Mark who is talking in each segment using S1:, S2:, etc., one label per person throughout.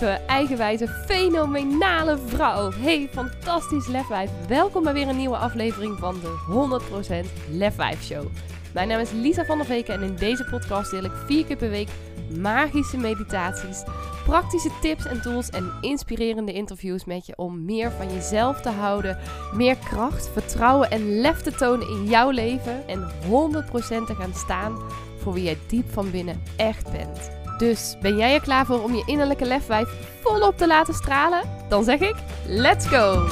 S1: lieve, eigenwijze, fenomenale vrouw. Hey, fantastisch lefwijf. Welkom bij weer een nieuwe aflevering van de 100% Lefwijf Show. Mijn naam is Lisa van der Veken en in deze podcast deel ik 4 keer per week magische meditaties, praktische tips en tools en inspirerende interviews met je om meer van jezelf te houden, meer kracht, vertrouwen en lef te tonen in jouw leven en 100% te gaan staan voor wie jij diep van binnen echt bent. Dus ben jij er klaar voor om je innerlijke lefwijf volop te laten stralen? Dan zeg ik, let's go!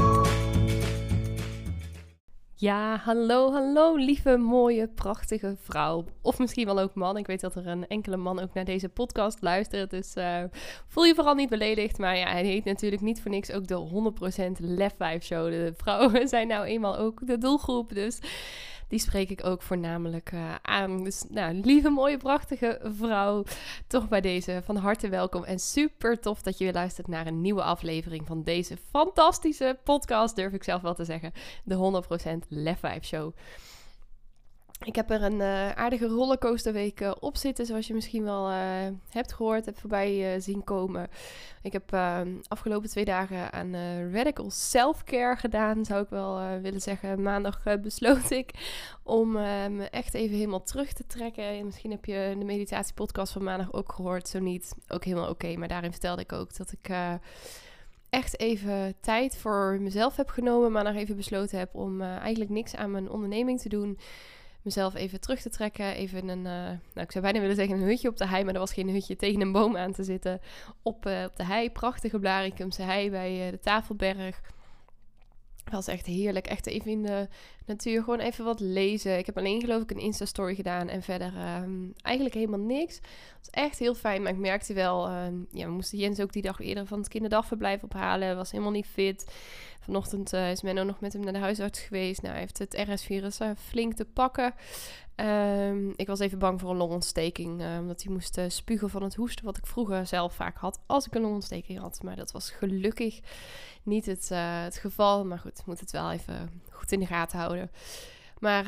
S1: Ja, hallo lieve, mooie, prachtige vrouw. Of misschien wel ook man. Ik weet dat er een enkele man ook naar deze podcast luistert. Dus voel je vooral niet beledigd. Maar ja, hij heet natuurlijk niet voor niks ook de 100% Lefwijf Show. De vrouwen zijn nou eenmaal ook de doelgroep. Dus die spreek ik ook voornamelijk aan. Dus nou, lieve, mooie, prachtige vrouw. Toch bij deze van harte welkom. En super tof dat je weer luistert naar een nieuwe aflevering van deze fantastische podcast. Durf ik zelf wel te zeggen. De 100% Lefwijf Show. Ik heb er een aardige rollercoasterweek op zitten, zoals je misschien wel hebt gehoord, hebt voorbij zien komen. Ik heb afgelopen 2 dagen aan radical self-care gedaan, zou ik wel willen zeggen. Maandag besloot ik om me echt even helemaal terug te trekken. En misschien heb je de meditatiepodcast van maandag ook gehoord, zo niet, ook helemaal oké. Maar daarin vertelde ik ook dat ik echt even tijd voor mezelf heb genomen, maar nog even besloten heb om eigenlijk niks aan mijn onderneming te doen. Mezelf even terug te trekken, even ik zou bijna willen zeggen een hutje op de hei, maar er was geen hutje, tegen een boom aan te zitten op de hei, prachtige Blaricumse hei bij de Tafelberg. Het was echt heerlijk, echt even in de natuur, gewoon even wat lezen. Ik heb alleen geloof ik een Insta-story gedaan en verder eigenlijk helemaal niks. Het was echt heel fijn, maar ik merkte wel, we moesten Jens ook die dag eerder van het kinderdagverblijf ophalen, was helemaal niet fit. Vanochtend is Menno nog met hem naar de huisarts geweest. Nou, hij heeft het RS-virus flink te pakken. Ik was even bang voor een longontsteking, omdat hij moest spugen van het hoesten, wat ik vroeger zelf vaak had als ik een longontsteking had. Maar dat was gelukkig niet het geval. Maar goed, ik moet het wel even goed in de gaten houden. Maar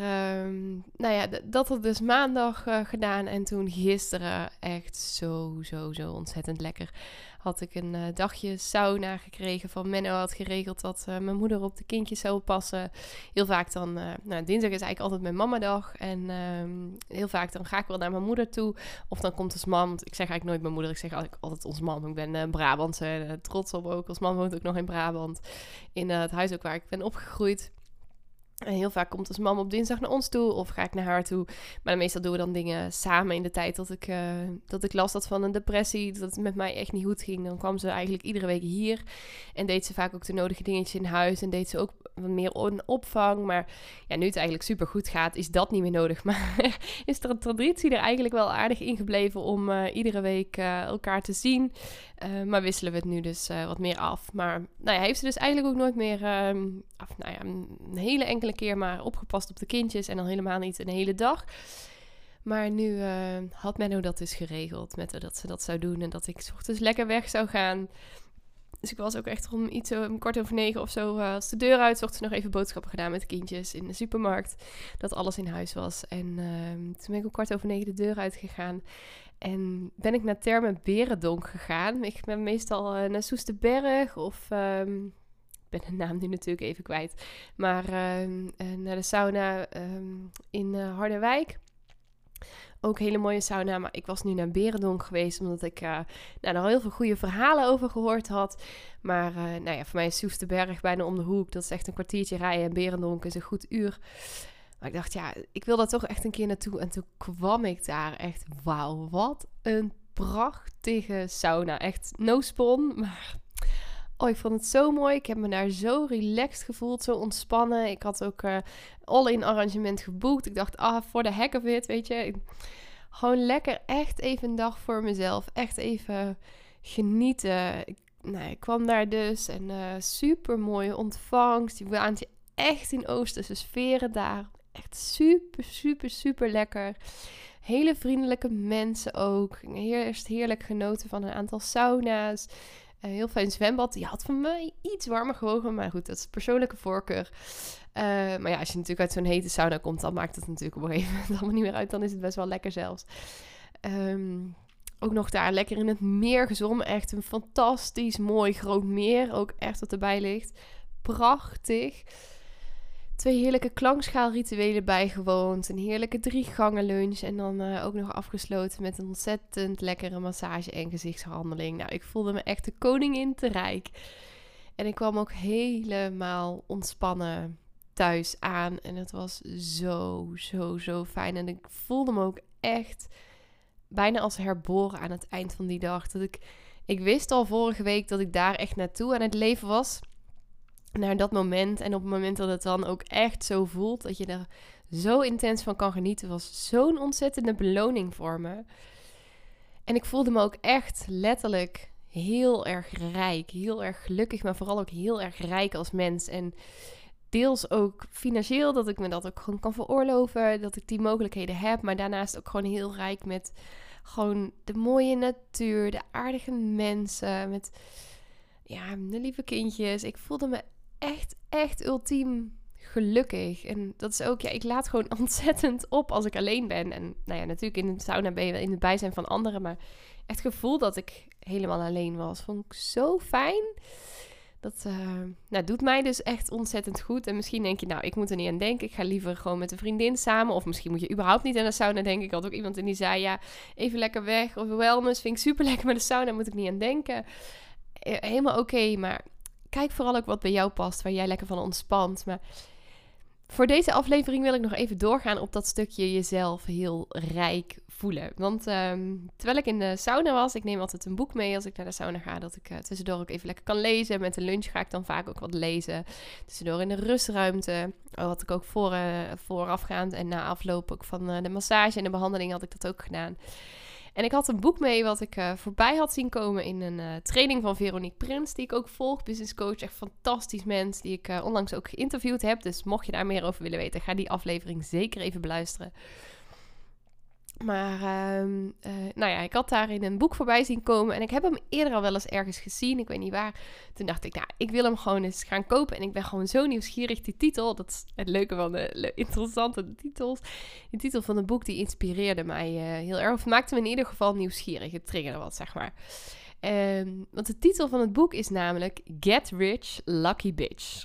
S1: dat had dus maandag gedaan en toen gisteren echt zo ontzettend lekker. Had ik een dagje sauna gekregen van Menno. Had geregeld dat mijn moeder op de kindjes zou passen. Heel vaak dan, dinsdag is eigenlijk altijd mijn mamadag. En heel vaak dan ga ik wel naar mijn moeder toe. Of dan komt ons mam. Want ik zeg eigenlijk nooit mijn moeder. Ik zeg eigenlijk altijd ons mam. Ik ben Brabantse, trots op ook. Ons mam woont ook nog in Brabant. In het huis ook waar ik ben opgegroeid. En heel vaak komt als mam op dinsdag naar ons toe of ga ik naar haar toe. Maar meestal doen we dan dingen samen in de tijd dat ik last had van een depressie. Dat het met mij echt niet goed ging. Dan kwam ze eigenlijk iedere week hier. En deed ze vaak ook de nodige dingetjes in huis. En deed ze ook wat meer opvang. Maar ja, nu het eigenlijk super goed gaat, is dat niet meer nodig. Maar is er een traditie er eigenlijk wel aardig in gebleven om iedere week elkaar te zien. Maar wisselen we het nu dus wat meer af. Maar heeft ze dus eigenlijk ook nooit meer een hele enkele keer maar opgepast op de kindjes en dan helemaal niet een hele dag. Maar nu had Menno dat dus geregeld met dat ze dat zou doen en dat ik 's ochtends lekker weg zou gaan. Dus ik was ook echt om 8:15 of zo als de deur uit. 's Ochtends nog even boodschappen gedaan met de kindjes in de supermarkt. Dat alles in huis was. En toen ben ik om 8:15 de deur uit gegaan. En ben ik naar Termen Berendonk gegaan. Ik ben meestal naar Soesterberg of ik ben de naam nu natuurlijk even kwijt. Maar naar de sauna in Harderwijk. Ook hele mooie sauna, maar ik was nu naar Berendonk geweest, omdat ik er al heel veel goede verhalen over gehoord had. Maar voor mij is Soesterberg bijna om de hoek. Dat is echt een kwartiertje rijden en Berendonk is een goed uur. Maar ik dacht, ik wil daar toch echt een keer naartoe. En toen kwam ik daar echt, wauw, wat een prachtige sauna. Echt no spon, maar ik vond het zo mooi. Ik heb me daar zo relaxed gevoeld, zo ontspannen. Ik had ook all-in arrangement geboekt. Ik dacht, voor de heck of it, weet je. Gewoon lekker echt even een dag voor mezelf. Echt even genieten. Ik kwam daar dus en super mooie ontvangst. Die waant je echt in Oosterse sferen daar. Echt super lekker. Hele vriendelijke mensen ook. Eerst heerlijk genoten van een aantal sauna's. Heel fijn zwembad. Die had van mij iets warmer gewogen. Maar goed, dat is persoonlijke voorkeur. Maar als je natuurlijk uit zo'n hete sauna komt, dan maakt het natuurlijk op een gegeven moment allemaal niet meer uit. Dan is het best wel lekker zelfs. ook nog daar lekker in het meer gezwommen. Echt een fantastisch mooi groot meer. Ook echt wat erbij ligt. Prachtig. 2 heerlijke klankschaalrituelen bijgewoond. Een heerlijke 3 gangen lunch. En dan ook nog afgesloten met een ontzettend lekkere massage en gezichtsbehandeling. Nou, ik voelde me echt de koningin te rijk. En ik kwam ook helemaal ontspannen thuis aan. En het was zo fijn. En ik voelde me ook echt bijna als herboren aan het eind van die dag. Dat ik wist al vorige week dat ik daar echt naartoe aan het leven was. Naar dat moment. En op het moment dat het dan ook echt zo voelt, dat je er zo intens van kan genieten, was zo'n ontzettende beloning voor me. En ik voelde me ook echt letterlijk heel erg rijk. Heel erg gelukkig, maar vooral ook heel erg rijk als mens. En deels ook financieel, dat ik me dat ook gewoon kan veroorloven. Dat ik die mogelijkheden heb. Maar daarnaast ook gewoon heel rijk met gewoon de mooie natuur, de aardige mensen, met de lieve kindjes. Ik voelde me echt ultiem gelukkig. En dat is ook, ik laat gewoon ontzettend op als ik alleen ben. En natuurlijk in de sauna ben je wel in het bijzijn van anderen. Maar echt het gevoel dat ik helemaal alleen was, vond ik zo fijn. Dat doet mij dus echt ontzettend goed. En misschien denk je, ik moet er niet aan denken. Ik ga liever gewoon met een vriendin samen. Of misschien moet je überhaupt niet aan de sauna denken. Ik had ook iemand die zei, even lekker weg. Of wellness vind ik super lekker, maar de sauna moet ik niet aan denken. Helemaal oké, maar kijk vooral ook wat bij jou past, waar jij lekker van ontspant. Maar voor deze aflevering wil ik nog even doorgaan op dat stukje jezelf heel rijk voelen. Want terwijl ik in de sauna was, ik neem altijd een boek mee als ik naar de sauna ga, dat ik tussendoor ook even lekker kan lezen. Met de lunch ga ik dan vaak ook wat lezen. Tussendoor in de rustruimte, had ik ook voorafgaand en na afloop ook van de massage en de behandeling had ik dat ook gedaan. En ik had een boek mee wat ik voorbij had zien komen in een training van Veronique Prins, die ik ook volg, business coach, echt fantastisch mens, die ik onlangs ook geïnterviewd heb. Dus mocht je daar meer over willen weten, ga die aflevering zeker even beluisteren. Maar ik had daarin een boek voorbij zien komen en ik heb hem eerder al wel eens ergens gezien, ik weet niet waar. Toen dacht ik, ik wil hem gewoon eens gaan kopen en ik ben gewoon zo nieuwsgierig. Die titel, dat is het leuke van de interessante titels. Die titel van het boek, die inspireerde mij heel erg, of maakte me in ieder geval nieuwsgierig. Het triggerde wat, zeg maar. Want de titel van het boek is namelijk Get Rich, Lucky Bitch.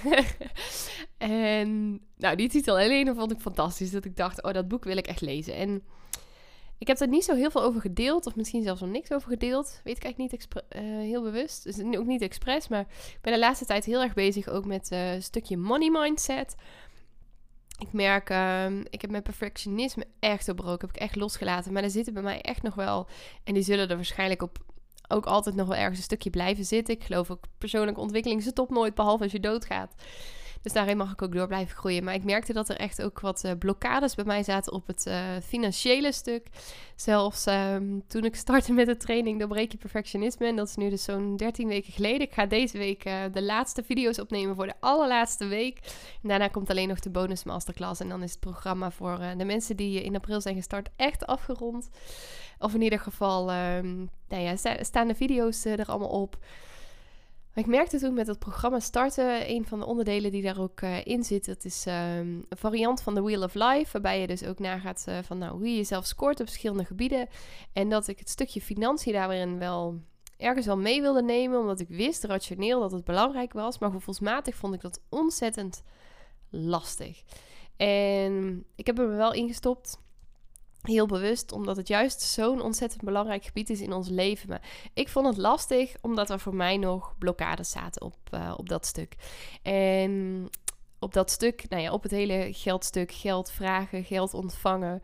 S1: En die titel alleen vond ik fantastisch. Dat ik dacht, dat boek wil ik echt lezen. En ik heb er niet zo heel veel over gedeeld. Of misschien zelfs nog niks over gedeeld. Weet ik eigenlijk niet heel bewust. Dus ook niet expres. Maar ik ben de laatste tijd heel erg bezig ook met een stukje money mindset. Ik merk, ik heb mijn perfectionisme echt doorbroken. Heb ik echt losgelaten. Maar er zitten bij mij echt nog wel. En die zullen er waarschijnlijk ook altijd nog wel ergens een stukje blijven zitten. Ik geloof ook persoonlijke ontwikkeling stopt nooit, behalve als je doodgaat. Dus daarin mag ik ook door blijven groeien. Maar ik merkte dat er echt ook wat blokkades bij mij zaten op het financiële stuk. Zelfs toen ik startte met de training Doorbreek je perfectionisme. En dat is nu dus zo'n 13 weken geleden. Ik ga deze week de laatste video's opnemen voor de allerlaatste week. En daarna komt alleen nog de bonus masterclass. En dan is het programma voor de mensen die in april zijn gestart echt afgerond. Of in ieder geval staan de video's er allemaal op. Maar ik merkte toen met het programma starten, een van de onderdelen die daar ook in zit, dat is een variant van de Wheel of Life, waarbij je dus ook nagaat van hoe je jezelf scoort op verschillende gebieden. En dat ik het stukje financiën daarin wel ergens wel mee wilde nemen, omdat ik wist rationeel dat het belangrijk was, maar gevoelsmatig vond ik dat ontzettend lastig. En ik heb er me wel ingestopt. Heel bewust, omdat het juist zo'n ontzettend belangrijk gebied is in ons leven. Maar ik vond het lastig, omdat er voor mij nog blokkades zaten op dat stuk. En op dat stuk, op het hele geldstuk, geld vragen, geld ontvangen.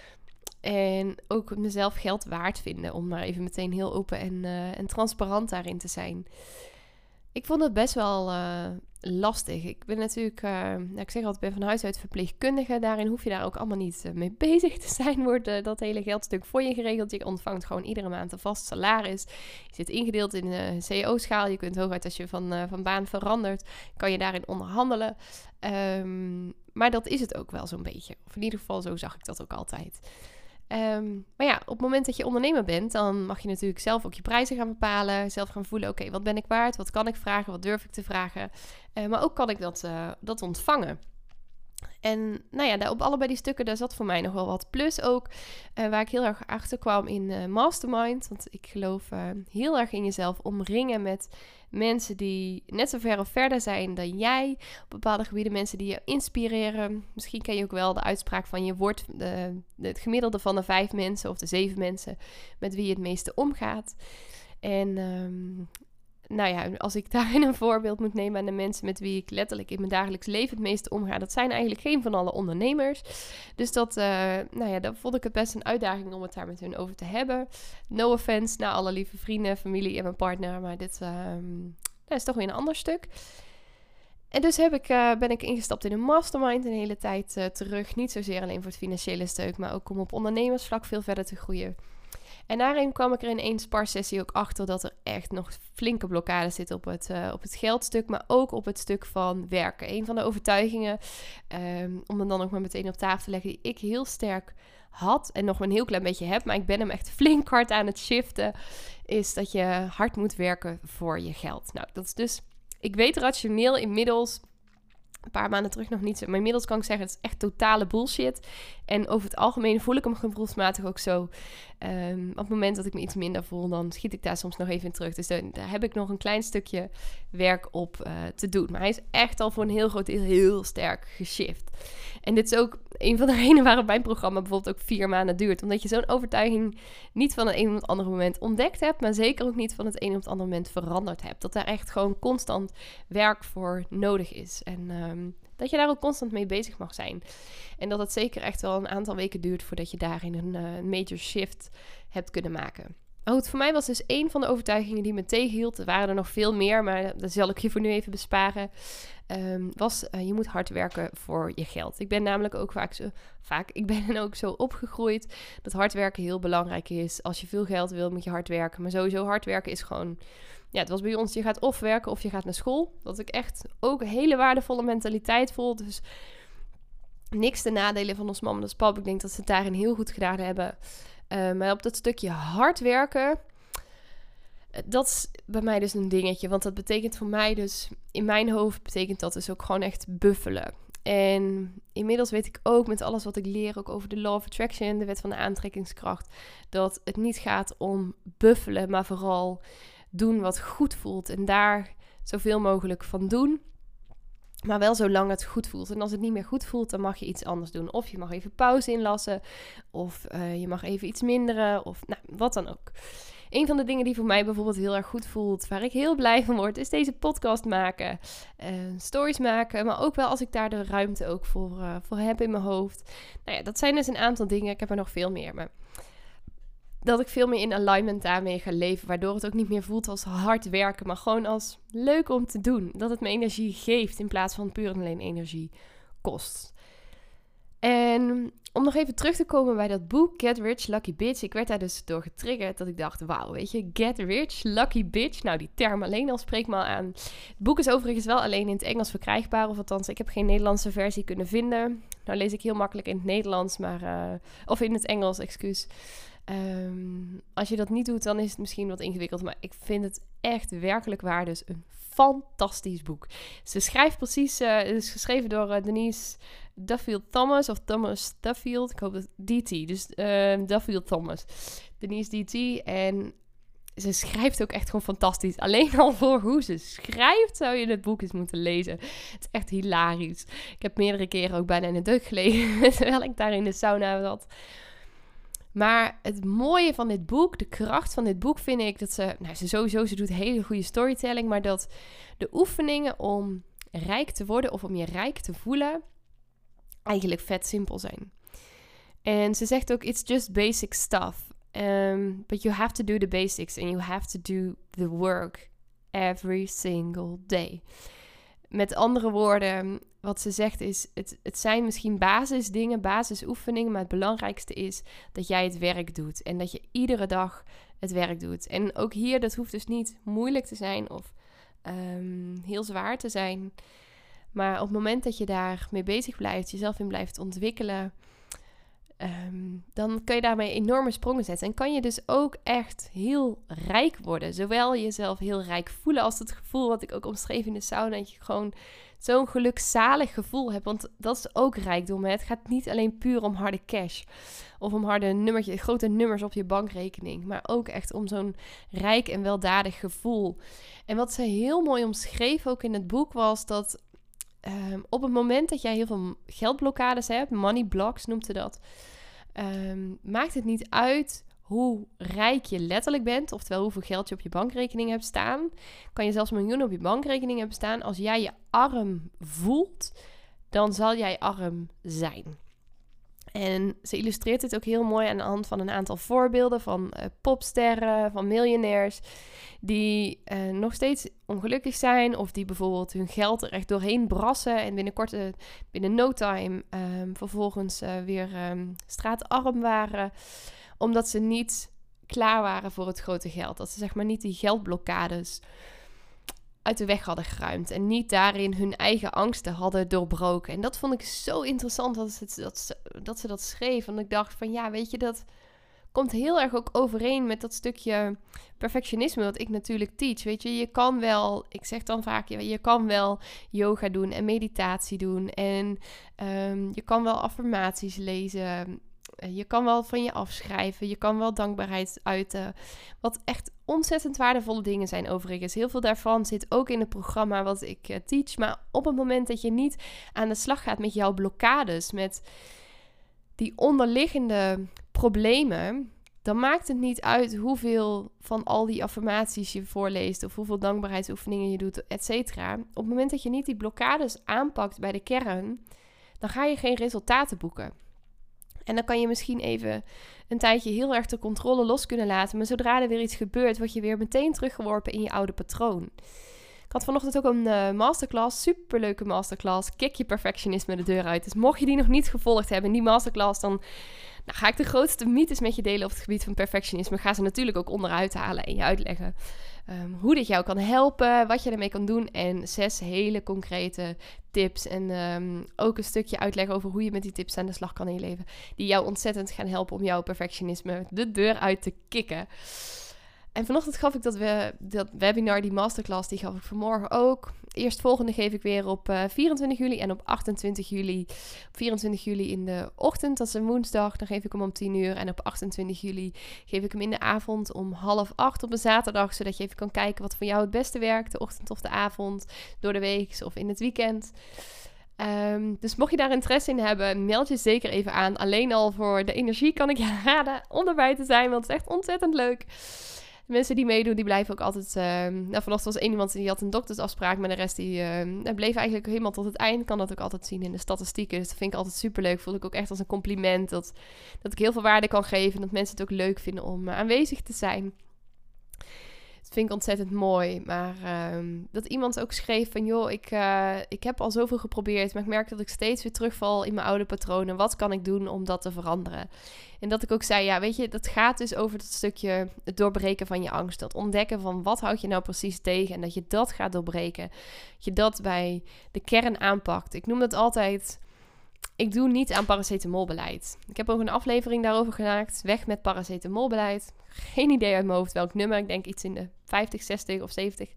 S1: En ook mezelf geld waard vinden, om maar even meteen heel open en transparant daarin te zijn. Ik vond het best wel lastig. Ik ben natuurlijk, ik zeg altijd, ik ben van huis uit verpleegkundige. Daarin hoef je daar ook allemaal niet mee bezig te zijn. Wordt dat hele geldstuk voor je geregeld. Je ontvangt gewoon iedere maand een vast salaris. Je zit ingedeeld in een CEO-schaal. Je kunt hooguit, als je van baan verandert, kan je daarin onderhandelen. Maar dat is het ook wel zo'n beetje. Of in ieder geval, zo zag ik dat ook altijd. Maar op het moment dat je ondernemer bent, dan mag je natuurlijk zelf ook je prijzen gaan bepalen. Zelf gaan voelen, oké, wat ben ik waard? Wat kan ik vragen? Wat durf ik te vragen? Maar ook kan ik dat ontvangen? En nou ja, op allebei die stukken, daar zat voor mij nog wel wat. Plus ook waar ik heel erg achter kwam in Mastermind. Want ik geloof heel erg in jezelf omringen met mensen die net zo ver of verder zijn dan jij. Op bepaalde gebieden mensen die je inspireren. Misschien ken je ook wel de uitspraak van je wordt het gemiddelde van de 5 mensen of de 7 mensen met wie je het meeste omgaat. En nou ja, als ik daarin een voorbeeld moet nemen aan de mensen met wie ik letterlijk in mijn dagelijks leven het meeste omga, dat zijn eigenlijk geen van alle ondernemers. Dus dat vond ik het best een uitdaging om het daar met hun over te hebben. No offense naar alle lieve vrienden, familie en mijn partner, maar dit is toch weer een ander stuk. En dus ben ik ingestapt in een mastermind een hele tijd terug. Niet zozeer alleen voor het financiële stuk, maar ook om op ondernemersvlak veel verder te groeien. En daarin kwam ik er in één sparsessie ook achter dat er echt nog flinke blokkades zitten op het geldstuk, maar ook op het stuk van werken. Een van de overtuigingen, om hem dan ook maar meteen op tafel te leggen, die ik heel sterk had en nog een heel klein beetje heb, maar ik ben hem echt flink hard aan het shiften, is dat je hard moet werken voor je geld. Nou, dat is dus, ik weet rationeel inmiddels, een paar maanden terug nog niet zo, maar inmiddels kan ik zeggen, het is echt totale bullshit. En over het algemeen voel ik hem gevoelsmatig ook zo. Op het moment dat ik me iets minder voel, dan schiet ik daar soms nog even in terug. Dus daar heb ik nog een klein stukje werk op te doen. Maar hij is echt al voor een heel groot deel heel sterk geshift. En dit is ook een van de redenen waarom mijn programma bijvoorbeeld ook 4 maanden duurt. Omdat je zo'n overtuiging niet van het een op het andere moment ontdekt hebt, maar zeker ook niet van het een op het andere moment veranderd hebt. Dat daar echt gewoon constant werk voor nodig is. En dat je daar ook constant mee bezig mag zijn. En dat het zeker echt wel een aantal weken duurt voordat je daarin een major shift hebt kunnen maken. Maar goed, voor mij was dus 1 van de overtuigingen die me tegenhield. Er waren er nog veel meer, maar dat zal ik je voor nu even besparen. Je moet hard werken voor je geld. Ik ben namelijk ook ik ben ook zo opgegroeid dat hard werken heel belangrijk is. Als je veel geld wil, moet je hard werken. Maar sowieso hard werken is gewoon, ja, het was bij ons, je gaat of werken of je gaat naar school. Dat ik echt ook een hele waardevolle mentaliteit voel. Dus niks te nadelen van ons mam en ons pap. Ik denk dat ze het daarin heel goed gedaan hebben. Maar op dat stukje hard werken, dat is bij mij dus een dingetje. Want dat betekent voor mij dus, in mijn hoofd betekent dat dus ook gewoon echt buffelen. En inmiddels weet ik ook met alles wat ik leer, ook over de Law of Attraction, de wet van de aantrekkingskracht, dat het niet gaat om buffelen, maar vooral doen wat goed voelt. En daar zoveel mogelijk van doen. Maar wel zolang het goed voelt. En als het niet meer goed voelt, dan mag je iets anders doen. Of je mag even pauze inlassen. Of je mag even iets minderen. Of nou, wat dan ook. Een van de dingen die voor mij bijvoorbeeld heel erg goed voelt, waar ik heel blij van word, is deze podcast maken. Stories maken. Maar ook wel als ik daar de ruimte ook voor heb in mijn hoofd. Nou ja, dat zijn dus een aantal dingen. Ik heb er nog veel meer. Maar dat ik veel meer in alignment daarmee ga leven. Waardoor het ook niet meer voelt als hard werken. Maar gewoon als leuk om te doen. Dat het me energie geeft in plaats van puur en alleen energie kost. En om nog even terug te komen bij dat boek Get Rich, Lucky Bitch. Ik werd daar dus door getriggerd dat ik dacht, wauw, weet je, Get Rich, Lucky Bitch. Nou, die term alleen al spreekt me al aan. Het boek is overigens wel alleen in het Engels verkrijgbaar. Of althans, ik heb geen Nederlandse versie kunnen vinden. Nou lees ik heel makkelijk in het Nederlands, of in het Engels, excuus. Als je dat niet doet, dan is het misschien wat ingewikkeld. Maar ik vind het echt werkelijk waar. Dus een fantastisch boek. Ze schrijft precies, het is geschreven door Denise Duffield Thomas. Of Thomas Duffield. Ik hoop dat DT. Dus Duffield Thomas. Denise DT. En ze schrijft ook echt gewoon fantastisch. Alleen al voor hoe ze schrijft zou je het boek eens moeten lezen. Het is echt hilarisch. Ik heb meerdere keren ook bijna in de deuk gelegen terwijl ik daar in de sauna zat. Maar het mooie van dit boek, de kracht van dit boek vind ik dat ze doet hele goede storytelling, maar dat de oefeningen om rijk te worden of om je rijk te voelen eigenlijk vet simpel zijn. En ze zegt ook, it's just basic stuff. But you have to do the basics and you have to do the work every single day. Met andere woorden, wat ze zegt is, het zijn misschien basisdingen, basisoefeningen, maar het belangrijkste is dat jij het werk doet. En dat je iedere dag het werk doet. En ook hier, dat hoeft dus niet moeilijk te zijn of heel zwaar te zijn. Maar op het moment dat je daarmee bezig blijft, jezelf in blijft ontwikkelen, dan kun je daarmee enorme sprongen zetten. En kan je dus ook echt heel rijk worden. Zowel jezelf heel rijk voelen als het gevoel wat ik ook omschreef in de sauna. Dat je gewoon zo'n gelukzalig gevoel hebt. Want dat is ook rijkdom. Hè? Het gaat niet alleen puur om harde cash. Of om grote nummers op je bankrekening. Maar ook echt om zo'n rijk en weldadig gevoel. En wat ze heel mooi omschreef ook in het boek was dat op het moment dat jij heel veel geldblokkades hebt, money blocks noemt ze dat, maakt het niet uit hoe rijk je letterlijk bent, oftewel hoeveel geld je op je bankrekening hebt staan. Kan je zelfs miljoenen op je bankrekening hebben staan. Als jij je arm voelt, dan zal jij arm zijn. En ze illustreert het ook heel mooi aan de hand van een aantal voorbeelden van popsterren, van miljonairs, die nog steeds ongelukkig zijn of die bijvoorbeeld hun geld er echt doorheen brassen en binnen no time vervolgens weer straatarm waren, omdat ze niet klaar waren voor het grote geld. Dat ze zeg maar niet die geldblokkades uit de weg hadden geruimd en niet daarin hun eigen angsten hadden doorbroken. En dat vond ik zo interessant dat ze dat schreef. Want ik dacht van ja, weet je, dat komt heel erg ook overeen met dat stukje perfectionisme wat ik natuurlijk teach. Weet je kan wel, ik zeg dan vaak, je kan wel yoga doen en meditatie doen en je kan wel affirmaties lezen. Je kan wel van je afschrijven. Je kan wel dankbaarheid uiten. Wat echt ontzettend waardevolle dingen zijn overigens. Heel veel daarvan zit ook in het programma wat ik teach. Maar op het moment dat je niet aan de slag gaat met jouw blokkades, met die onderliggende problemen, dan maakt het niet uit hoeveel van al die affirmaties je voorleest of hoeveel dankbaarheidsoefeningen je doet, et cetera. Op het moment dat je niet die blokkades aanpakt bij de kern, dan ga je geen resultaten boeken. En dan kan je misschien even een tijdje heel erg de controle los kunnen laten. Maar zodra er weer iets gebeurt, word je weer meteen teruggeworpen in je oude patroon. Ik had vanochtend ook een masterclass, superleuke masterclass. Kick je perfectionisme de deur uit. Dus mocht je die nog niet gevolgd hebben in die masterclass, dan ga ik de grootste mythes met je delen op het gebied van perfectionisme. Ga ze natuurlijk ook onderuit halen en je uitleggen hoe dit jou kan helpen, wat je ermee kan doen. En 6 hele concrete tips en ook een stukje uitleggen over hoe je met die tips aan de slag kan in je leven. Die jou ontzettend gaan helpen om jouw perfectionisme de deur uit te kicken. En vanochtend gaf ik dat webinar, die masterclass, die gaf ik vanmorgen ook. Eerstvolgende geef ik weer op 24 juli en op 28 juli. Op 24 juli in de ochtend, dat is een woensdag, dan geef ik hem om 10 uur. En op 28 juli geef ik hem in de avond om 7:30 op een zaterdag. Zodat je even kan kijken wat voor jou het beste werkt, de ochtend of de avond, door de week of in het weekend. Dus mocht je daar interesse in hebben, meld je zeker even aan. Alleen al voor de energie kan ik je raden om erbij te zijn, want het is echt ontzettend leuk. De mensen die meedoen, die blijven ook altijd... vanochtend was één iemand die had een doktersafspraak, maar de rest die bleef eigenlijk helemaal tot het eind. Kan dat ook altijd zien in de statistieken. Dus dat vind ik altijd superleuk. Voel ik ook echt als een compliment dat ik heel veel waarde kan geven. Dat mensen het ook leuk vinden om aanwezig te zijn. Dat vind ik ontzettend mooi. Maar dat iemand ook schreef van... joh, ik heb al zoveel geprobeerd... maar ik merk dat ik steeds weer terugval in mijn oude patronen. Wat kan ik doen om dat te veranderen? En dat ik ook zei... ja, weet je, dat gaat dus over dat stukje... het doorbreken van je angst. Dat ontdekken van wat houdt je nou precies tegen... en dat je dat gaat doorbreken. Dat je dat bij de kern aanpakt. Ik noem dat altijd... ik doe niet aan paracetamolbeleid. Ik heb ook een aflevering daarover gemaakt. Weg met paracetamolbeleid. Geen idee uit mijn hoofd welk nummer. Ik denk iets in de 50, 60 of 70.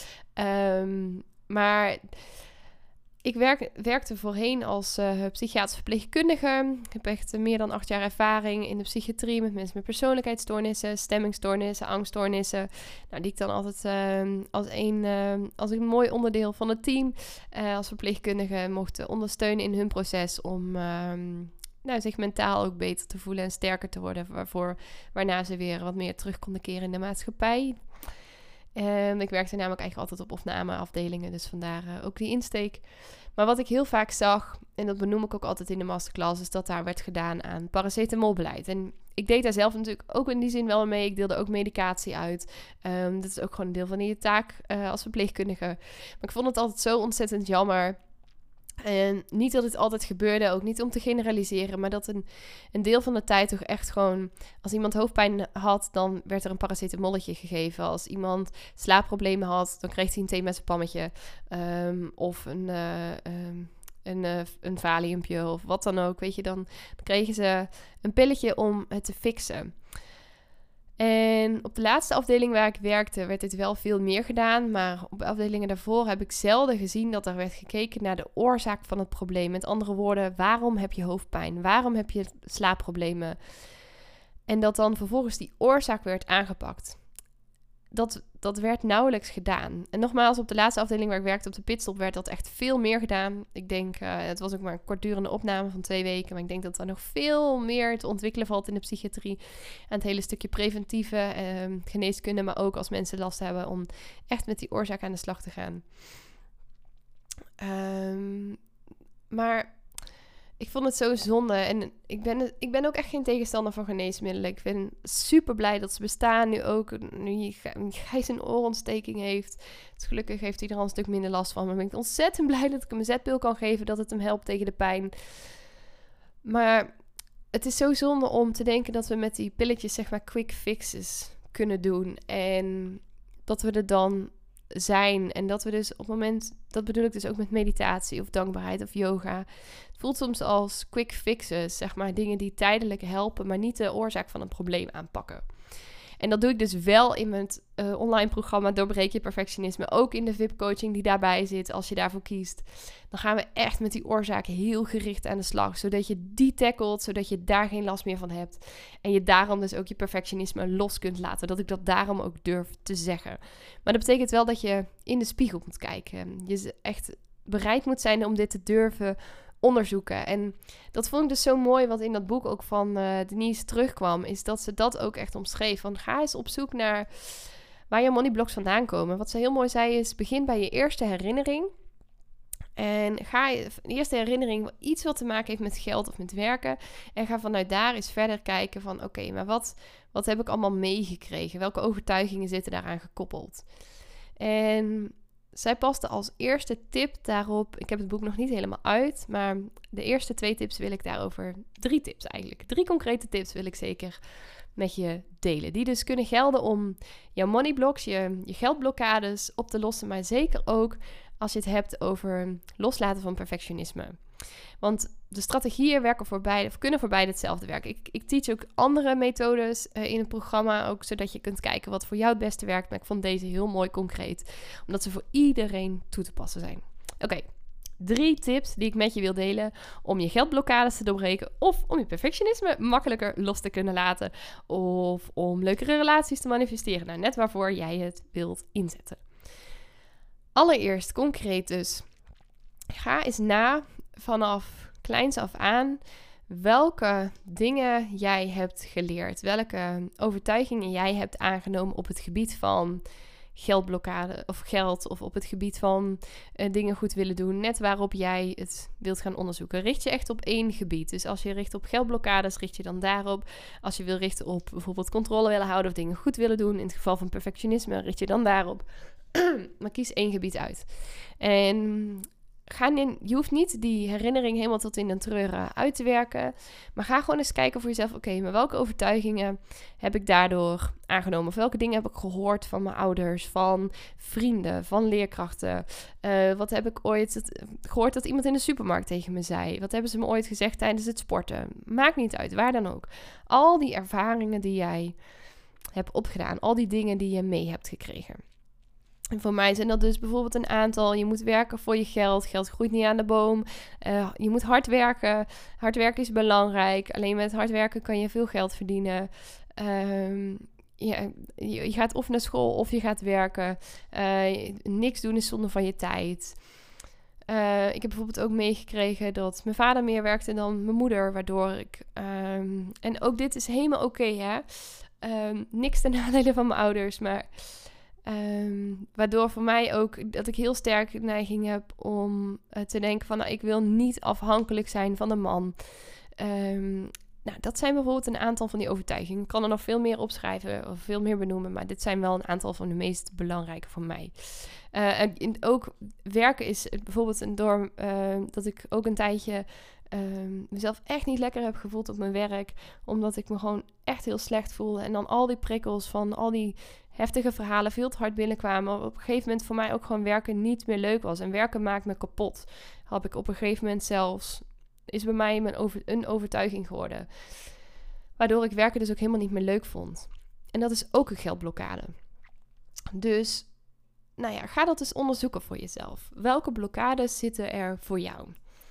S1: Maar ik werkte voorheen als psychiatrisch verpleegkundige. Ik heb echt meer dan 8 jaar ervaring in de psychiatrie... met mensen met persoonlijkheidsstoornissen, stemmingstoornissen, angststoornissen. Nou, die ik dan altijd als een mooi onderdeel van het team... als verpleegkundige mocht ondersteunen in hun proces... om zich mentaal ook beter te voelen en sterker te worden... waarna ze weer wat meer terug konden keren in de maatschappij... ik werkte namelijk eigenlijk altijd op opnameafdelingen, dus vandaar ook die insteek. Maar wat ik heel vaak zag, en dat benoem ik ook altijd in de masterclass, is dat daar werd gedaan aan paracetamolbeleid. En ik deed daar zelf natuurlijk ook in die zin wel mee. Ik deelde ook medicatie uit. Dat is ook gewoon een deel van je taak als verpleegkundige. Maar ik vond het altijd zo ontzettend jammer... En niet dat het altijd gebeurde, ook niet om te generaliseren... maar dat een deel van de tijd toch echt gewoon... als iemand hoofdpijn had, dan werd er een paracetamolletje gegeven. Als iemand slaapproblemen had, dan kreeg hij een thee met zijn pammetje. Of een valiumpje of wat dan ook. Weet je, dan kregen ze een pilletje om het te fixen. En op de laatste afdeling waar ik werkte werd dit wel veel meer gedaan. Maar op afdelingen daarvoor heb ik zelden gezien dat er werd gekeken naar de oorzaak van het probleem. Met andere woorden, waarom heb je hoofdpijn? Waarom heb je slaapproblemen? En dat dan vervolgens die oorzaak werd aangepakt. Dat werd nauwelijks gedaan. En nogmaals, op de laatste afdeling waar ik werkte op de pitstop werd dat echt veel meer gedaan. Ik denk, het was ook maar een kortdurende opname van 2 weken. Maar ik denk dat er nog veel meer te ontwikkelen valt in de psychiatrie. En het hele stukje preventieve geneeskunde. Maar ook als mensen last hebben om echt met die oorzaak aan de slag te gaan. Maar ik vond het zo zonde. En ik ben ook echt geen tegenstander van geneesmiddelen. Ik ben super blij dat ze bestaan. Nu ook, nu Gijs een oorontsteking heeft. Dus gelukkig heeft hij er al een stuk minder last van. Maar ben ik ontzettend blij dat ik hem een zetpil kan geven. Dat het hem helpt tegen de pijn. Maar het is zo zonde om te denken dat we met die pilletjes zeg maar quick fixes kunnen doen. En dat we er dan zijn. En dat we dus op het moment, dat bedoel ik dus ook met meditatie of dankbaarheid of yoga. Het voelt soms als quick fixes, zeg maar dingen die tijdelijk helpen, maar niet de oorzaak van een probleem aanpakken. En dat doe ik dus wel in mijn online programma Doorbreek je perfectionisme. Ook in de VIP-coaching die daarbij zit, als je daarvoor kiest. Dan gaan we echt met die oorzaak heel gericht aan de slag. Zodat je die tackelt, zodat je daar geen last meer van hebt. En je daarom dus ook je perfectionisme los kunt laten. Dat ik dat daarom ook durf te zeggen. Maar dat betekent wel dat je in de spiegel moet kijken. Je echt bereid moet zijn om dit te durven onderzoeken. En dat vond ik dus zo mooi, wat in dat boek ook van Denise terugkwam, is dat ze dat ook echt omschreef. Van ga eens op zoek naar waar je money blocks vandaan komen. Wat ze heel mooi zei is, begin bij je eerste herinnering. En ga je de eerste herinnering iets wat te maken heeft met geld of met werken. En ga vanuit daar eens verder kijken van oké, maar wat heb ik allemaal meegekregen? Welke overtuigingen zitten daaraan gekoppeld? En zij paste als eerste tip daarop. Ik heb het boek nog niet helemaal uit, maar de eerste 2 tips wil ik daarover. 3 tips eigenlijk. 3 concrete tips wil ik zeker met je delen. Die dus kunnen gelden om jouw money blocks, je geldblokkades op te lossen. Maar zeker ook als je het hebt over loslaten van perfectionisme. Want de strategieën werken voor beide, of kunnen voor beide hetzelfde werken. Ik teach ook andere methodes in het programma, ook zodat je kunt kijken wat voor jou het beste werkt. Maar ik vond deze heel mooi concreet, omdat ze voor iedereen toe te passen zijn. Oké, 3 tips die ik met je wil delen om je geldblokkades te doorbreken, of om je perfectionisme makkelijker los te kunnen laten, of om leukere relaties te manifesteren. Nou, net waarvoor jij het wilt inzetten. Allereerst concreet dus. Ga eens na vanaf kleins af aan welke dingen jij hebt geleerd. Welke overtuigingen jij hebt aangenomen op het gebied van geldblokkade of geld, of op het gebied van dingen goed willen doen. Net waarop jij het wilt gaan onderzoeken. Richt je echt op 1 gebied. Dus als je richt op geldblokkades, richt je dan daarop. Als je wil richten op bijvoorbeeld controle willen houden of dingen goed willen doen, in het geval van perfectionisme, richt je dan daarop. Maar kies 1 gebied uit. En je hoeft niet die herinnering helemaal tot in de treuren uit te werken. Maar ga gewoon eens kijken voor jezelf. Oké, maar welke overtuigingen heb ik daardoor aangenomen? Of welke dingen heb ik gehoord van mijn ouders, van vrienden, van leerkrachten? Wat heb ik ooit gehoord dat iemand in de supermarkt tegen me zei? Wat hebben ze me ooit gezegd tijdens het sporten? Maakt niet uit, waar dan ook. Al die ervaringen die jij hebt opgedaan. Al die dingen die je mee hebt gekregen. En voor mij zijn dat dus bijvoorbeeld een aantal. Je moet werken voor je geld. Geld groeit niet aan de boom. Je moet hard werken. Hard werken is belangrijk. Alleen met hard werken kan je veel geld verdienen. Je gaat of naar school of je gaat werken. Niks doen is zonde van je tijd. Ik heb bijvoorbeeld ook meegekregen dat mijn vader meer werkte dan mijn moeder. Waardoor ik... en ook dit is helemaal oké, hè. Niks ten nadele van mijn ouders, maar... waardoor voor mij ook dat ik heel sterk de neiging heb om te denken van... ik wil niet afhankelijk zijn van een man. Dat zijn bijvoorbeeld een aantal van die overtuigingen. Ik kan er nog veel meer opschrijven of veel meer benoemen... maar dit zijn wel een aantal van de meest belangrijke voor mij. En ook werken is bijvoorbeeld door dat ik ook een tijdje... mezelf echt niet lekker heb gevoeld op mijn werk. Omdat ik me gewoon echt heel slecht voelde. En dan al die prikkels van al die heftige verhalen veel te hard binnenkwamen. Op een gegeven moment voor mij ook gewoon werken niet meer leuk was. En werken maakt me kapot. Had ik op een gegeven moment zelfs, is bij mij een overtuiging geworden. Waardoor ik werken dus ook helemaal niet meer leuk vond. En dat is ook een geldblokkade. Dus, ga dat eens onderzoeken voor jezelf. Welke blokkades zitten er voor jou?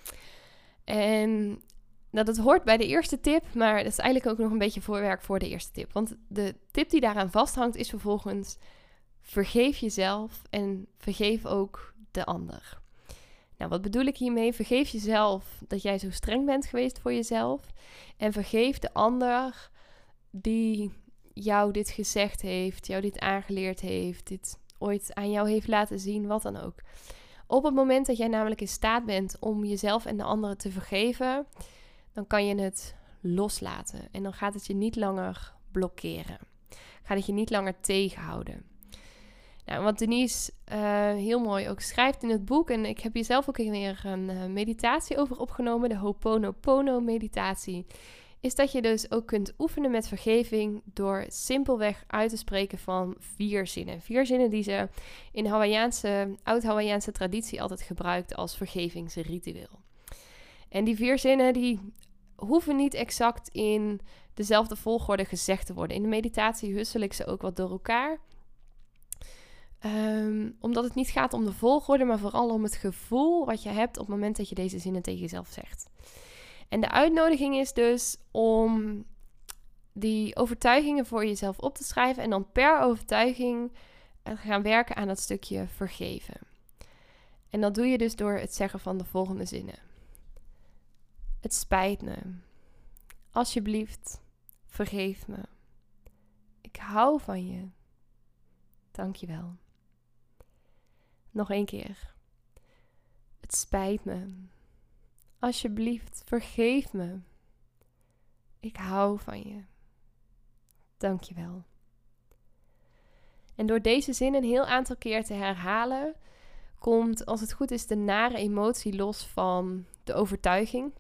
S1: En dat hoort bij de eerste tip, maar dat is eigenlijk ook nog een beetje voorwerk voor de eerste tip. Want de tip die daaraan vasthangt is vervolgens: vergeef jezelf en vergeef ook de ander. Nou, wat bedoel ik hiermee? Vergeef jezelf dat jij zo streng bent geweest voor jezelf. En vergeef de ander die jou dit gezegd heeft, jou dit aangeleerd heeft, dit ooit aan jou heeft laten zien, wat dan ook. Op het moment dat jij namelijk in staat bent om jezelf en de anderen te vergeven, dan kan je het loslaten. En dan gaat het je niet langer blokkeren. Gaat het je niet langer tegenhouden. Nou, wat Denise heel mooi ook schrijft in het boek, en ik heb hier zelf ook weer een meditatie over opgenomen, de Ho'oponopono meditatie, is dat je dus ook kunt oefenen met vergeving door simpelweg uit te spreken van 4 zinnen. 4 zinnen die ze in oud-Hawaïaanse traditie altijd gebruikt als vergevingsritueel. En die 4 zinnen die hoeven niet exact in dezelfde volgorde gezegd te worden. In de meditatie hussel ik ze ook wat door elkaar. Omdat het niet gaat om de volgorde, maar vooral om het gevoel wat je hebt op het moment dat je deze zinnen tegen jezelf zegt. En de uitnodiging is dus om die overtuigingen voor jezelf op te schrijven en dan per overtuiging gaan werken aan dat stukje vergeven. En dat doe je dus door het zeggen van de volgende zinnen. Het spijt me. Alsjeblieft, vergeef me. Ik hou van je. Dank je wel. Nog 1 keer. Het spijt me. Alsjeblieft, vergeef me. Ik hou van je. Dank je wel. En door deze zin een heel aantal keer te herhalen, komt, als het goed is, de nare emotie los van de overtuiging.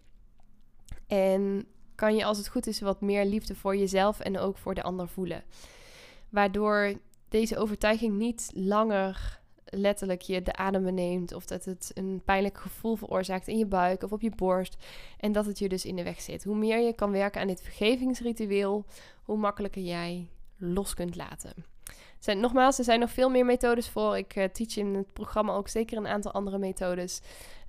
S1: En kan je, als het goed is, wat meer liefde voor jezelf en ook voor de ander voelen. Waardoor deze overtuiging niet langer letterlijk je de adem beneemt, of dat het een pijnlijk gevoel veroorzaakt in je buik of op je borst en dat het je dus in de weg zit. Hoe meer je kan werken aan dit vergevingsritueel, hoe makkelijker jij los kunt laten. Er zijn nog veel meer methodes voor. Ik teach in het programma ook zeker een aantal andere methodes.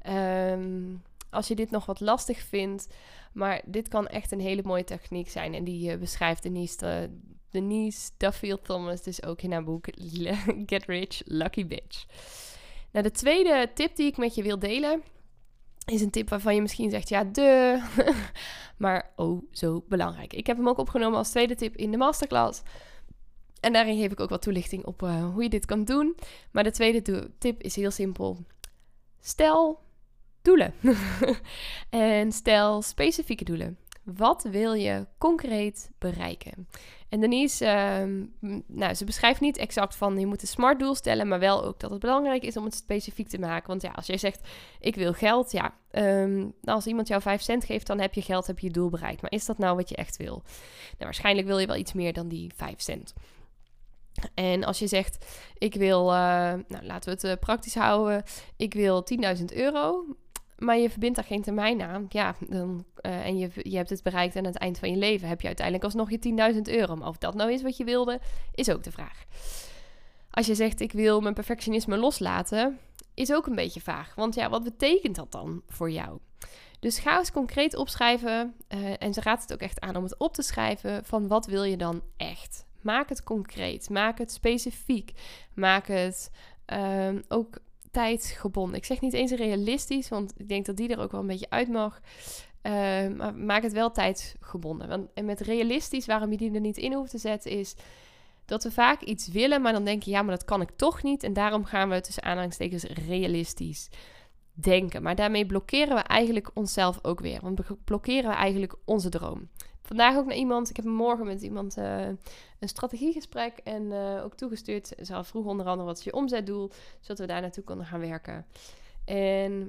S1: Als je dit nog wat lastig vindt, maar dit kan echt een hele mooie techniek zijn en die beschrijft Denise Duffield Thomas dus ook in haar boek Get Rich, Lucky Bitch. Nou, de tweede tip die ik met je wil delen is een tip waarvan je misschien zegt, ja, maar oh, zo belangrijk. Ik heb hem ook opgenomen als tweede tip in de masterclass. En daarin geef ik ook wat toelichting op hoe je dit kan doen. Maar de tweede tip is heel simpel. Stel doelen. En stel specifieke doelen. Wat wil je concreet bereiken? En Denise, ze beschrijft niet exact van je moet een SMART doel stellen, maar wel ook dat het belangrijk is om het specifiek te maken. Want ja, als jij zegt, ik wil geld, als iemand jou 5 cent geeft, dan heb je geld, heb je je doel bereikt. Maar is dat nou wat je echt wil? Nou, waarschijnlijk wil je wel iets meer dan die 5 cent. En als je zegt, ik wil, laten we het praktisch houden, ik wil €10.000... maar je verbindt daar geen termijn aan, en je hebt het bereikt aan het eind van je leven, heb je uiteindelijk alsnog je €10.000. Maar of dat nou is wat je wilde, is ook de vraag. Als je zegt, ik wil mijn perfectionisme loslaten, is ook een beetje vaag. Want ja, wat betekent dat dan voor jou? Dus ga eens concreet opschrijven, en ze raadt het ook echt aan om het op te schrijven, van wat wil je dan echt? Maak het concreet, maak het specifiek, maak het ook tijdsgebonden. Ik zeg niet eens realistisch, want ik denk dat die er ook wel een beetje uit mag. Maar maak het wel tijdsgebonden. En met realistisch, waarom je die er niet in hoeft te zetten, is dat we vaak iets willen, maar dan denken, ja, maar dat kan ik toch niet. En daarom gaan we tussen aanhalingstekens realistisch denken. Maar daarmee blokkeren we eigenlijk onszelf ook weer. Want blokkeren we eigenlijk onze droom. Vandaag ook naar iemand, ik heb morgen met iemand een strategiegesprek en ook toegestuurd. Ze had vroeg onder andere wat is je omzetdoel, zodat we daar naartoe konden gaan werken. En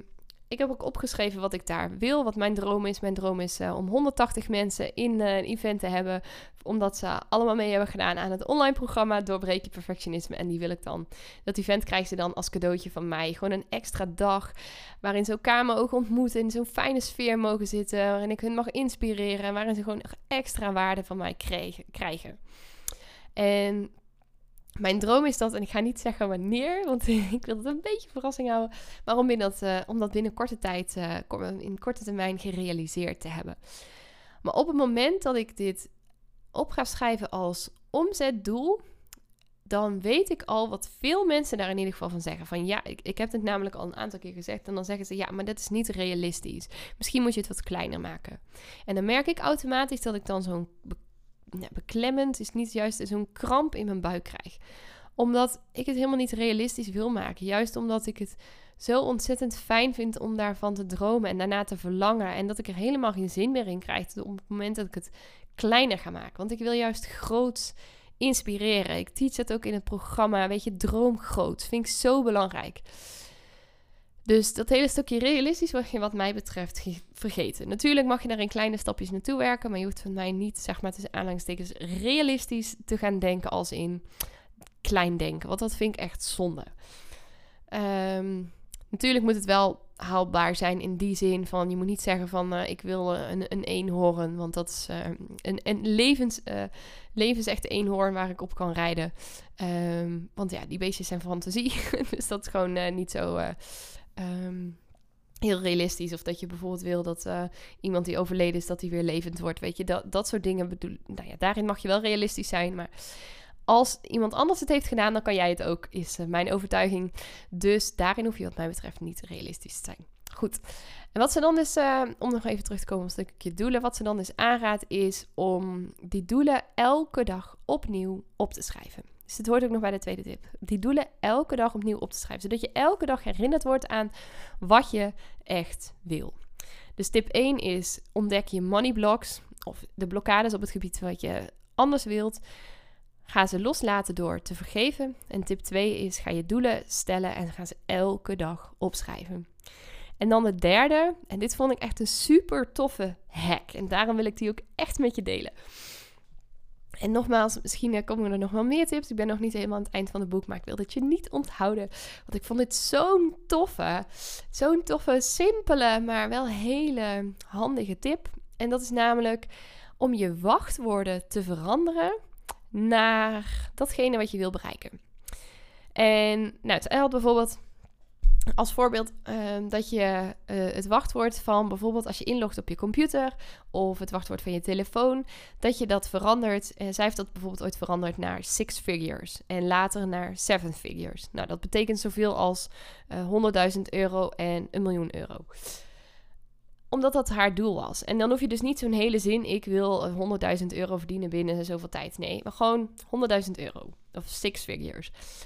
S1: ik heb ook opgeschreven wat ik daar wil, wat mijn droom is. Mijn droom is om 180 mensen in een event te hebben, omdat ze allemaal mee hebben gedaan aan het online programma Doorbreek je Perfectionisme. En die wil ik dan. Dat event krijgen ze dan als cadeautje van mij. Gewoon een extra dag waarin ze elkaar mogen ontmoeten, in zo'n fijne sfeer mogen zitten, waarin ik hun mag inspireren en waarin ze gewoon extra waarde van mij krijgen. En mijn droom is dat, en ik ga niet zeggen wanneer, want ik wil het een beetje verrassing houden, maar om dat binnen korte tijd, in korte termijn gerealiseerd te hebben. Maar op het moment dat ik dit op ga schrijven als omzetdoel, dan weet ik al wat veel mensen daar in ieder geval van zeggen. Van ja, ik heb het namelijk al een aantal keer gezegd. En dan zeggen ze, ja, maar dat is niet realistisch. Misschien moet je het wat kleiner maken. En dan merk ik automatisch dat ik dan zo'n beklemmend, is niet juist, zo'n kramp in mijn buik krijg. Omdat ik het helemaal niet realistisch wil maken. Juist omdat ik het zo ontzettend fijn vind om daarvan te dromen en daarna te verlangen. En dat ik er helemaal geen zin meer in krijg op het moment dat ik het kleiner ga maken. Want ik wil juist groot inspireren. Ik teach het ook in het programma. Weet je, droom groot. Vind ik zo belangrijk. Dus dat hele stukje realistisch mag je wat mij betreft vergeten. Natuurlijk mag je daar in kleine stapjes naartoe werken. Maar je hoeft van mij niet, zeg maar tussen aanhalingstekens, realistisch te gaan denken als in klein denken. Want dat vind ik echt zonde. Natuurlijk moet het wel haalbaar zijn in die zin van, je moet niet zeggen van ik wil een eenhoorn, want dat is een levensechte eenhoorn waar ik op kan rijden. Want ja, die beestjes zijn fantasie, dus dat is gewoon niet zo heel realistisch. Of dat je bijvoorbeeld wil dat iemand die overleden is, dat die weer levend wordt. Weet je, dat soort dingen bedoel. Nou ja, daarin mag je wel realistisch zijn, maar als iemand anders het heeft gedaan, dan kan jij het ook, is mijn overtuiging. Dus daarin hoef je wat mij betreft niet realistisch te zijn. Goed. En wat ze dan dus, om nog even terug te komen op een stukje doelen, wat ze dan dus aanraadt, is om die doelen elke dag opnieuw op te schrijven. Dus het hoort ook nog bij de tweede tip. Die doelen elke dag opnieuw op te schrijven, zodat je elke dag herinnerd wordt aan wat je echt wil. Dus tip 1 is, ontdek je money blocks, of de blokkades op het gebied wat je anders wilt. Ga ze loslaten door te vergeven. En tip 2 is, ga je doelen stellen en ga ze elke dag opschrijven. En dan de derde, en dit vond ik echt een super toffe hack. En daarom wil ik die ook echt met je delen. En nogmaals, misschien komen er nog wel meer tips. Ik ben nog niet helemaal aan het eind van het boek, maar ik wil dat je niet onthouden. Want ik vond dit zo'n toffe, simpele, maar wel hele handige tip. En dat is namelijk om je wachtwoorden te veranderen naar datgene wat je wil bereiken. En nou, het helpt bijvoorbeeld als voorbeeld dat je het wachtwoord van bijvoorbeeld als je inlogt op je computer of het wachtwoord van je telefoon, dat je dat verandert. Zij heeft dat bijvoorbeeld ooit veranderd naar 6 figures en later naar 7 figures. Nou, dat betekent zoveel als €100.000 en €1.000.000. Omdat dat haar doel was. En dan hoef je dus niet zo'n hele zin, ik wil €100.000 verdienen binnen zoveel tijd. Nee, maar gewoon €100.000 of 6 figures.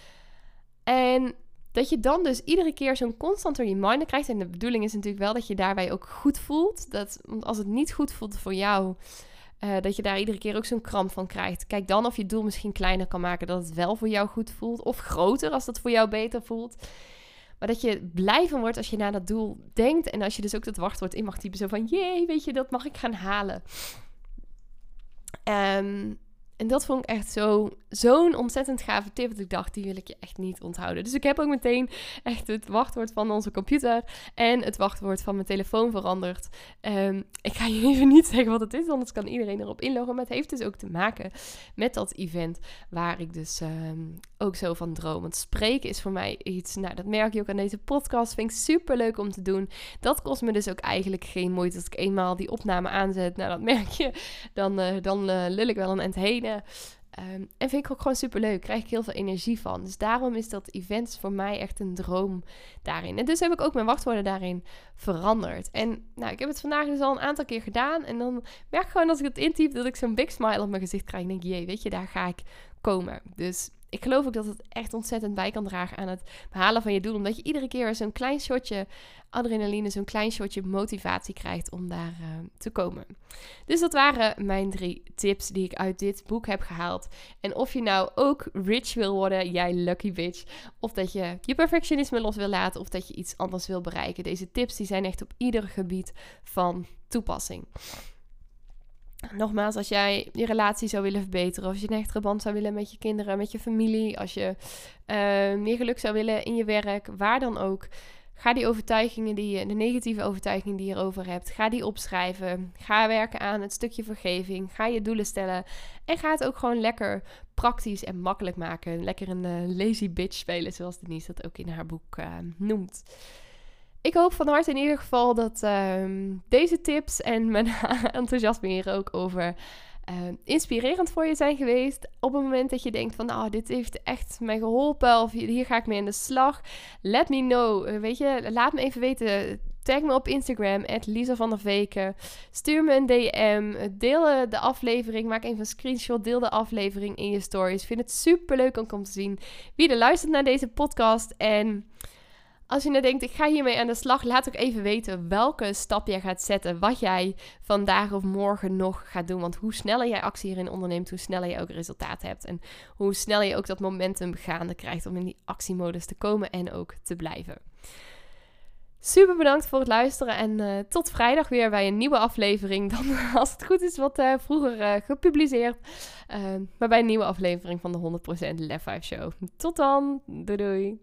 S1: En dat je dan dus iedere keer zo'n constant reminder krijgt. En de bedoeling is natuurlijk wel dat je daarbij ook goed voelt. Want als het niet goed voelt voor jou, dat je daar iedere keer ook zo'n kramp van krijgt. Kijk dan of je het doel misschien kleiner kan maken, dat het wel voor jou goed voelt. Of groter als dat voor jou beter voelt. Maar dat je blij van wordt als je naar dat doel denkt. En als je dus ook dat wachtwoord in mag typen. Zo van, jee, weet je, dat mag ik gaan halen. En dat vond ik echt zo'n ontzettend gave tip. Dat ik dacht, die wil ik je echt niet onthouden. Dus ik heb ook meteen echt het wachtwoord van onze computer en het wachtwoord van mijn telefoon veranderd. Ik ga je even niet zeggen wat het is, anders kan iedereen erop inloggen. Maar het heeft dus ook te maken met dat event waar ik dus ook zo van droom. Want spreken is voor mij iets, nou dat merk je ook aan deze podcast, vind ik super leuk om te doen. Dat kost me dus ook eigenlijk geen moeite. Als ik eenmaal die opname aanzet, nou dat merk je, dan lul ik wel een eind heen. En vind ik ook gewoon super leuk. Krijg ik heel veel energie van. Dus daarom is dat event voor mij echt een droom daarin. En dus heb ik ook mijn wachtwoorden daarin veranderd. En nou, ik heb het vandaag dus al een aantal keer gedaan. En dan merk ik gewoon als ik het intyp dat ik zo'n big smile op mijn gezicht krijg. En denk, jee, weet je, daar ga ik komen. Dus ik geloof ook dat het echt ontzettend bij kan dragen aan het behalen van je doel. Omdat je iedere keer zo'n klein shotje adrenaline, zo'n klein shotje motivatie krijgt om daar te komen. Dus dat waren mijn 3 tips die ik uit dit boek heb gehaald. En of je nou ook rich wil worden, jij lucky bitch, of dat je je perfectionisme los wil laten, of dat je iets anders wil bereiken. Deze tips die zijn echt op ieder gebied van toepassing. Nogmaals, als jij je relatie zou willen verbeteren, of als je een echtere band zou willen met je kinderen, met je familie, als je meer geluk zou willen in je werk, waar dan ook, ga die overtuigingen de negatieve overtuigingen die je erover hebt, ga die opschrijven. Ga werken aan het stukje vergeving. Ga je doelen stellen. En ga het ook gewoon lekker praktisch en makkelijk maken. Lekker een lazy bitch spelen, zoals Denise dat ook in haar boek noemt. Ik hoop van harte in ieder geval dat deze tips en mijn enthousiasme hier ook over inspirerend voor je zijn geweest. Op het moment dat je denkt van, dit heeft echt mij geholpen of hier ga ik mee aan de slag. Let me know. Laat me even weten. Tag me op Instagram, @LisaVanderVeken. Stuur me een DM. Deel de aflevering. Maak even een screenshot. Deel de aflevering in je stories. Ik vind het super leuk om te zien wie er luistert naar deze podcast. En als je nou denkt, ik ga hiermee aan de slag, laat ook even weten welke stap jij gaat zetten. Wat jij vandaag of morgen nog gaat doen. Want hoe sneller jij actie hierin onderneemt, hoe sneller je ook resultaat hebt. En hoe sneller je ook dat momentum gaande krijgt om in die actiemodus te komen en ook te blijven. Super bedankt voor het luisteren en tot vrijdag weer bij een nieuwe aflevering. Dan, als het goed is, wat vroeger gepubliceerd. Maar bij een nieuwe aflevering van de 100% Lef 5 Show. Tot dan. Doei doei.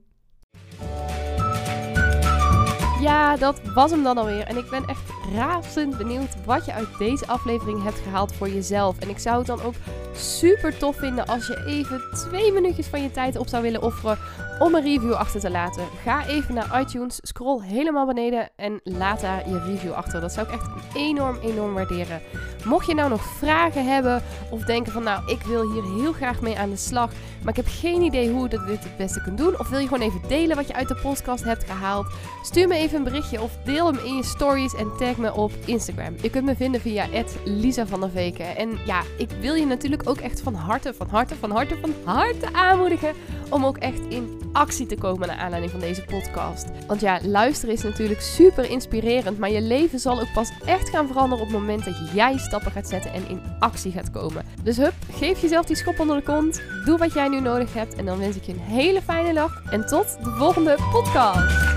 S1: Ja, dat was hem dan alweer. En ik ben echt razend benieuwd wat je uit deze aflevering hebt gehaald voor jezelf. En ik zou het dan ook super tof vinden als je even 2 minuutjes van je tijd op zou willen offeren om een review achter te laten. Ga even naar iTunes, scroll helemaal beneden en laat daar je review achter. Dat zou ik echt enorm waarderen. Mocht je nou nog vragen hebben of denken van ik wil hier heel graag mee aan de slag, maar ik heb geen idee hoe ik dit het beste kunt doen. Of wil je gewoon even delen wat je uit de podcast hebt gehaald? Stuur me even een berichtje of deel hem in je stories en tag me op Instagram. Je kunt me vinden via @LisaVanderVeken. En ja, ik wil je natuurlijk ook echt van harte aanmoedigen om ook echt in actie te komen naar aanleiding van deze podcast. Want ja, luisteren is natuurlijk super inspirerend, maar je leven zal ook pas echt gaan veranderen op het moment dat jij stappen gaat zetten en in actie gaat komen. Dus geef jezelf die schop onder de kont, doe wat jij nu nodig hebt en dan wens ik je een hele fijne dag en tot de volgende podcast.